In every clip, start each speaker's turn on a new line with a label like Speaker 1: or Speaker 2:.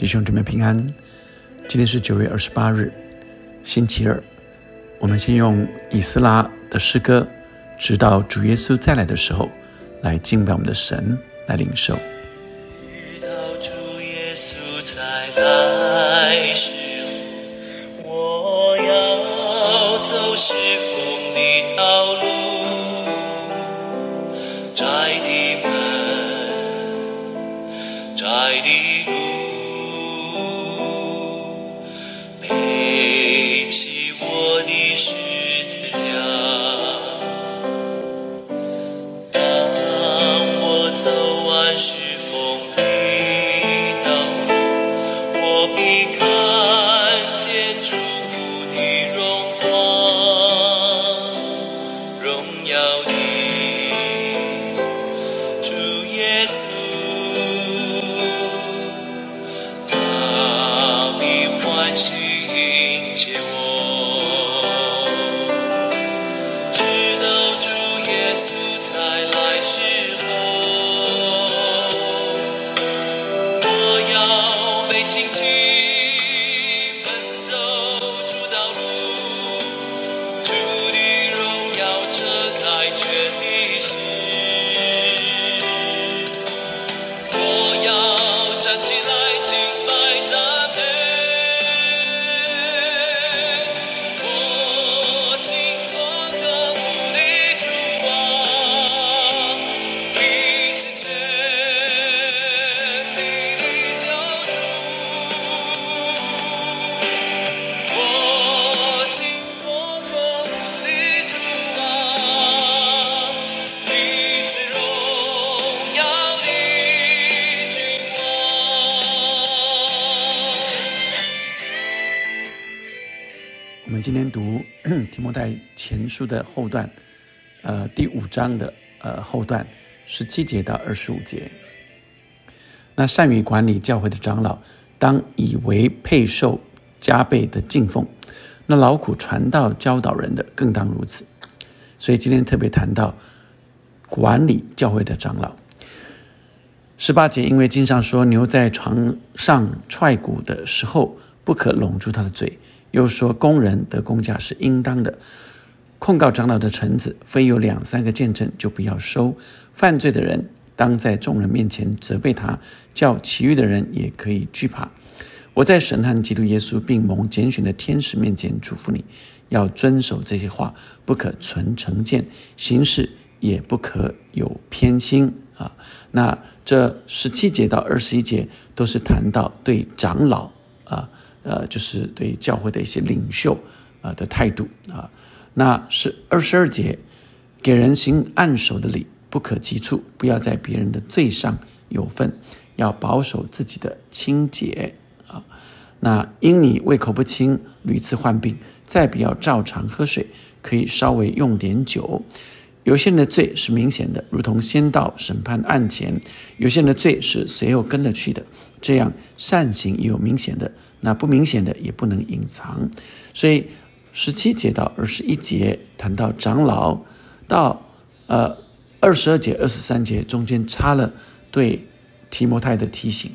Speaker 1: 弟兄姊妹平安，今天是9月28日，星期二。我们先用以斯拉的诗歌，直到主耶稣再来的时候，来敬拜我们的神，来领受。
Speaker 2: 直到主耶稣再来时，我要走是风的道路，窄的门，窄的路，背起我的十字架。当我走完是风的道路，我必看见主福的荣光，荣耀的主耶稣，他必欢喜迎接我，直到主耶稣再来时候，我要背信去奔走主道路，主的荣耀遮盖全地势，我要站起来敬拜赞美，我心所渴慕的主啊，你是全地的救主，我心所渴慕的主啊，你是荣耀的君王。
Speaker 1: 我们今天读提摩太前书的后段，第5章的后段17节到25节。那善于管理教会的长老，当以为配受加倍的敬奉；那劳苦传道教导人的，更当如此。所以今天特别谈到管理教会的长老。18节，因为经上说，牛在床上踹骨的时候，不可拢住他的嘴。又说，工人得工价是应当的。控告长老的臣子，非有2、3个见证，就不要收。犯罪的人，当在众人面前责备他，叫其余的人也可以惧怕。我在神和基督耶稣并蒙拣选的天使面前嘱咐你，要遵守这些话，不可存成见，行事也不可有偏心啊。那这17节到21节都是谈到对长老就是对教会的一些领袖的态度啊。那是22节，给人行按手的礼，不可急促，不要在别人的罪上有份，要保守自己的清洁啊。那因你胃口不清，屡次患病，再不要照常喝水，可以稍微用点酒。有些人的罪是明显的，如同先到审判案前；有些人的罪是随后跟了去的，这样善行也有明显的，那不明显的也不能隐藏。所以17节到21节谈到长老，到22节、23节中间插了对提摩太的提醒。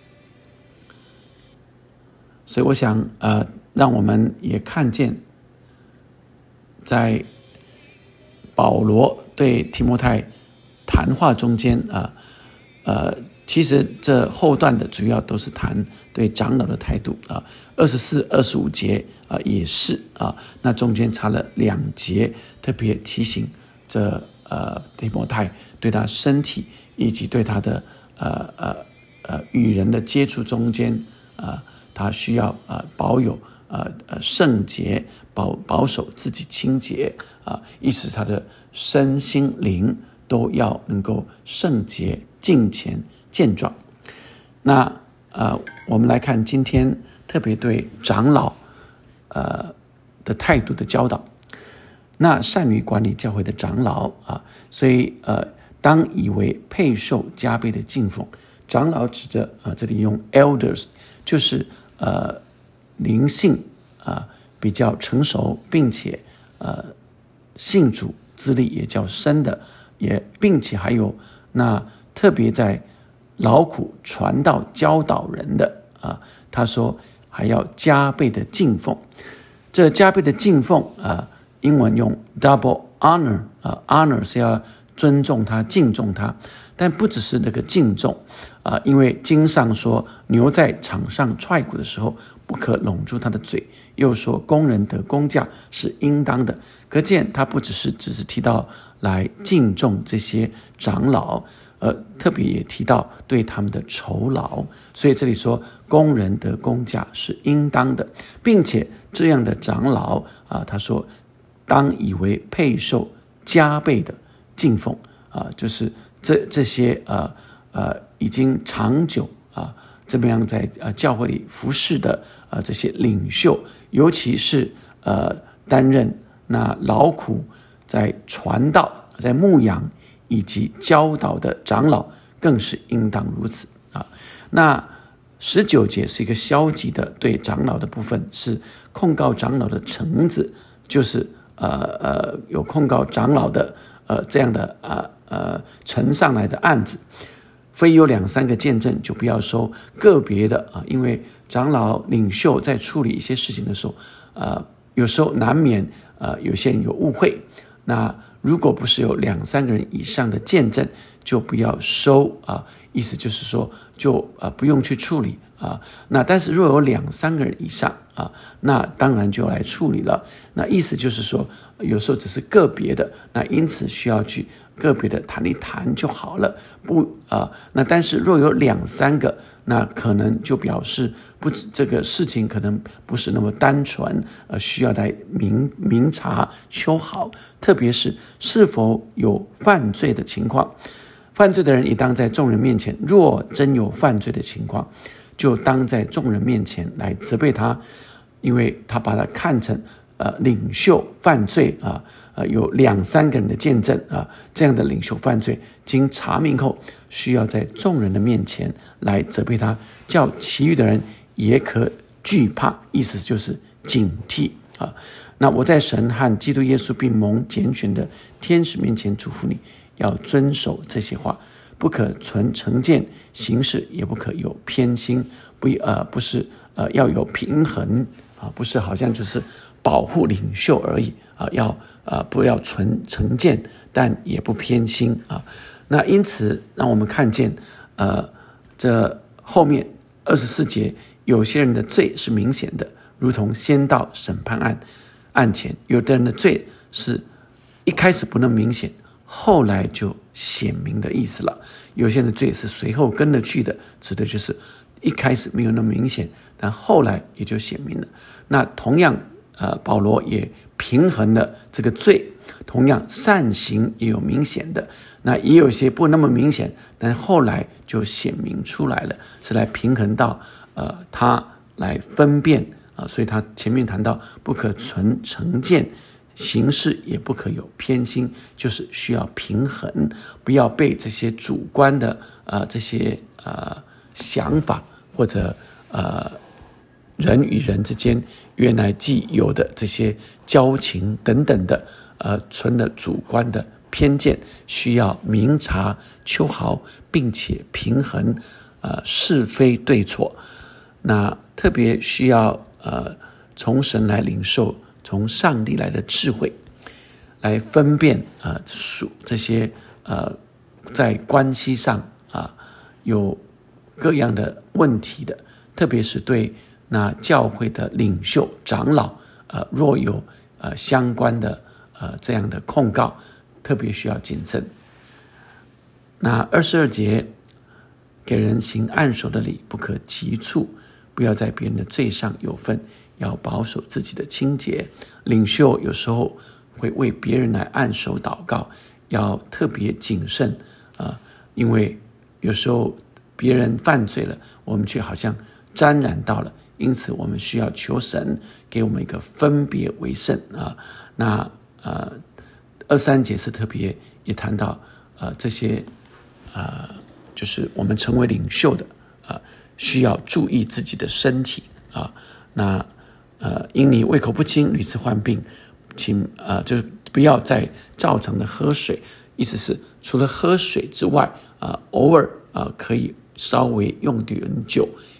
Speaker 1: 所以我想让我们也看见，在保罗对提摩太谈话中间其实这后段的主要都是谈对长老的态度24、25节也是那中间插了2节，特别提醒这提摩太对他身体以及对他的与人的接触中间他需要保有圣洁，保守自己清洁意思他的身心灵都要能够圣洁、敬虔、健壮。那我们来看今天特别对长老的态度的教导。那善于管理教会的长老所以当以为配受加倍的敬奉。长老指着这里用 elders， 就是灵性比较成熟，并且信主资历也较深的，并且还有那特别在劳苦传道教导人的他说还要加倍的敬奉。这加倍的敬奉英文用 double honor honor 是要尊重他敬重他，但不只是那个敬重因为经上说牛在场上踹鼓的时候不可拢住他的嘴，又说工人得工价是应当的。可见他不只是提到来敬重这些长老，特别也提到对他们的酬劳，所以这里说工人得工价是应当的，并且这样的长老他说当以为配受加倍的敬奉就是这些已经长久这么样在教会里服侍的这些领袖，尤其是担任那劳苦在传道在牧养以及教导的长老更是应当如此那19节是一个消极的对长老的部分，是控告长老的橙子，就是有控告长老的这样的呈上来的案子，非有2-3个见证就不要收，个别的因为长老领袖在处理一些事情的时候有时候难免有些人有误会，那如果不是有2-3个人以上的见证就不要收意思就是说就不用去处理那但是若有2-3个人以上那当然就来处理了，那意思就是说有时候只是个别的，那因此需要去个别的谈一谈就好了，那但是若有2-3个，那可能就表示这个事情可能不是那么单纯需要来明察秋毫，特别是否有犯罪的情况，犯罪的人也当在众人面前，若真有犯罪的情况，就当在众人面前来责备他，因为他把他看成领袖犯罪有2-3个人的见证这样的领袖犯罪，经查明后需要在众人的面前来责备他，叫其余的人也可惧怕，意思就是警惕那我在神和基督耶稣并蒙拣选的天使面前嘱咐你，要遵守这些话，不可存成见，行事也不可有偏心，不是要有平衡不是好像就是保护领袖而已不要存成见，但也不偏心那因此让我们看见这后面24节，有些人的罪是明显的，如同先到审判案前，有的人的罪是一开始不那么明显，后来就显明的意思了。有些人的罪是随后跟了去的，指的就是一开始没有那么明显，但后来也就显明了。那同样保罗也平衡了这个罪，同样善行也有明显的，那也有些不那么明显，但后来就显明出来了，是来平衡到他来分辨所以他前面谈到不可存成见，行事也不可有偏心，就是需要平衡，不要被这些主观的这些想法或者人与人之间原来既有的这些交情等等的存了主观的偏见，需要明察秋毫，并且平衡是非对错。那特别需要从神来领受，从上帝来的智慧来分辨这些在关系上有各样的问题的，特别是对那教会的领袖长老若有相关的这样的控告，特别需要谨慎。那22节，给人行按手的礼不可急促，不要在别人的罪上有份，要保守自己的清洁。领袖有时候会为别人来按手祷告，要特别谨慎因为有时候别人犯罪了，我们却好像沾染到了，因此我们需要求神给我们一个分别为圣那23节是特别也谈到这些就是我们成为领袖的需要注意自己的身体那因你胃口不清屡次患病，请就不要再照常的喝水，意思是除了喝水之外偶尔可以稍微用点酒，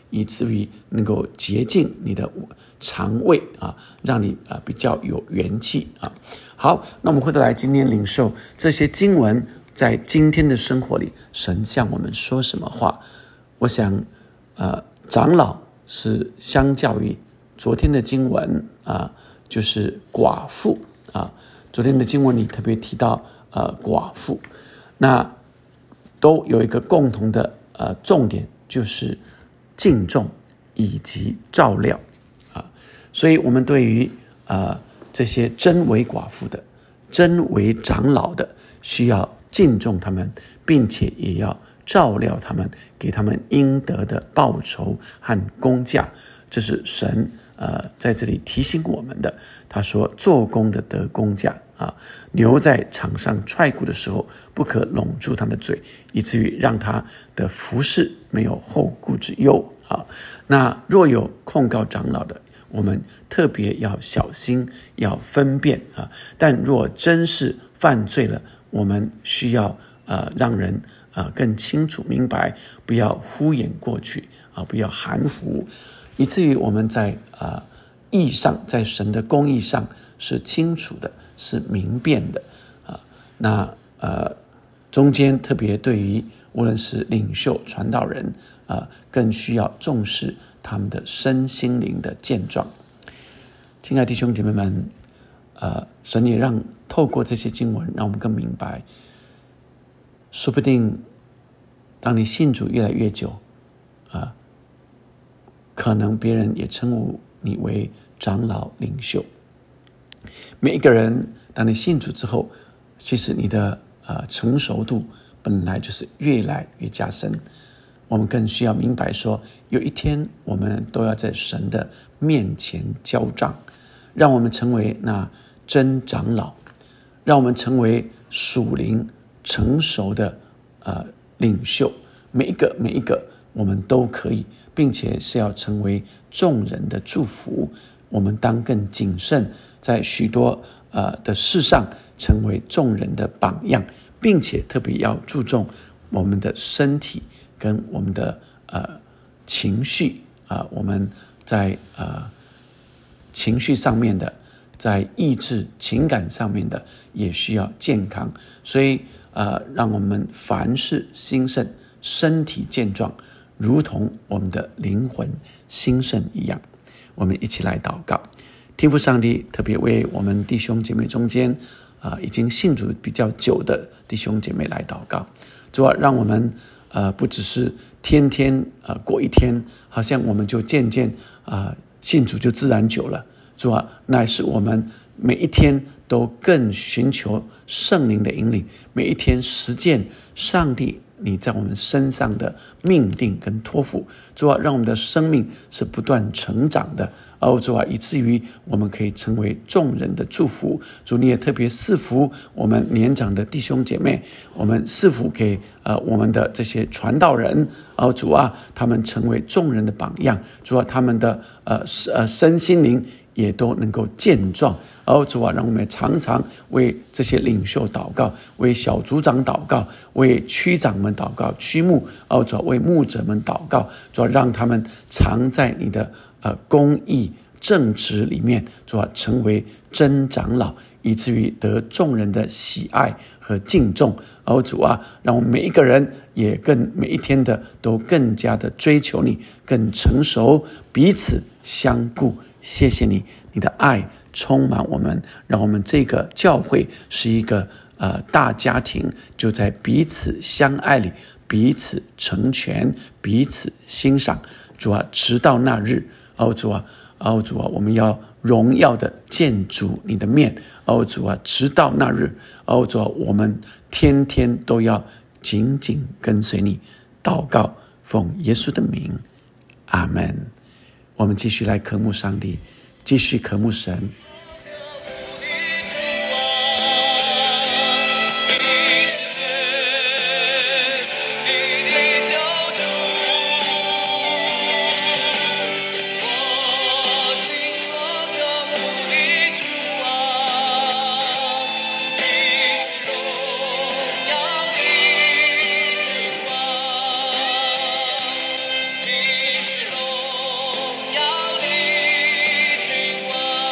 Speaker 1: 以至于能够洁净你的肠胃啊，让你比较有元气啊。好，那我们回头来今天领受这些经文，在今天的生活里，神向我们说什么话？我想长老是相较于昨天的经文就是寡妇啊，昨天的经文里特别提到寡妇，那都有一个共同的重点，就是敬重以及照料所以我们对于这些真为寡妇的、真为长老的，需要敬重他们，并且也要照料他们，给他们应得的报酬和工价。这是神在这里提醒我们的。他说做工的得工价牛在场上踹鼓的时候，不可拢住他的嘴，以至于让他的服事没有后顾之忧那若有控告长老的，我们特别要小心，要分辨但若真是犯罪了，我们需要让人更清楚明白，不要敷衍过去不要含糊，以至于我们在义上，在神的公义上是清楚的，是明辨的那中间特别对于无论是领袖、传道人更需要重视他们的身心灵的健壮。亲爱的弟兄姐妹们神也让透过这些经文，让我们更明白，说不定当你信主越来越久可能别人也称呼你为长老领袖。每一个人当你信主之后，其实你的成熟度本来就是越来越加深。我们更需要明白说，有一天我们都要在神的面前交账，让我们成为那真长老，让我们成为属灵成熟的领袖。每一个我们都可以，并且是要成为众人的祝福。我们当更谨慎，在许多的事上成为众人的榜样，并且特别要注重我们的身体跟我们的情绪我们在情绪上面的，在意志情感上面的也需要健康。所以让我们凡事兴盛，身体健壮，如同我们的灵魂兴盛一样。我们一起来祷告。天父上帝，特别为我们弟兄姐妹中间已经信主比较久的弟兄姐妹来祷告。主让我们不只是天天过一天，好像我们就渐渐信主就自然久了。主乃是我们每一天都更寻求圣灵的引领，每一天实践上帝你在我们身上的命定跟托付。主让我们的生命是不断成长的。主以至于我们可以成为众人的祝福。主你也特别赐福我们年长的弟兄姐妹，我们赐福给我们的这些传道人。主他们成为众人的榜样。主他们的身心灵也都能够健壮。主让我们常常为这些领袖祷告，为小组长祷告，为区长们祷告，区牧主为牧者们祷告。主让他们常在你的公义正直里面，主成为真长老，以至于得众人的喜爱和敬重。主让我们每一个人也每一天的都更加的追求你，更成熟，彼此相顾。谢谢你，你的爱充满我们，让我们这个教会是一个大家庭，就在彼此相爱里，彼此成全，彼此欣赏。主直到那日，主我们要荣耀的见主你的面。主直到那日，主我们天天都要紧紧跟随你。祷告奉耶稣的名，阿们。我们继续来渴慕上帝，继续渴慕神。
Speaker 2: 是荣耀的君王，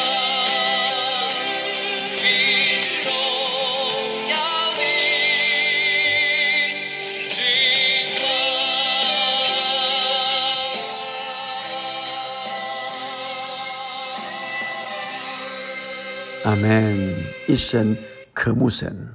Speaker 2: 你是荣耀的君王。
Speaker 1: 阿们，一生渴慕神。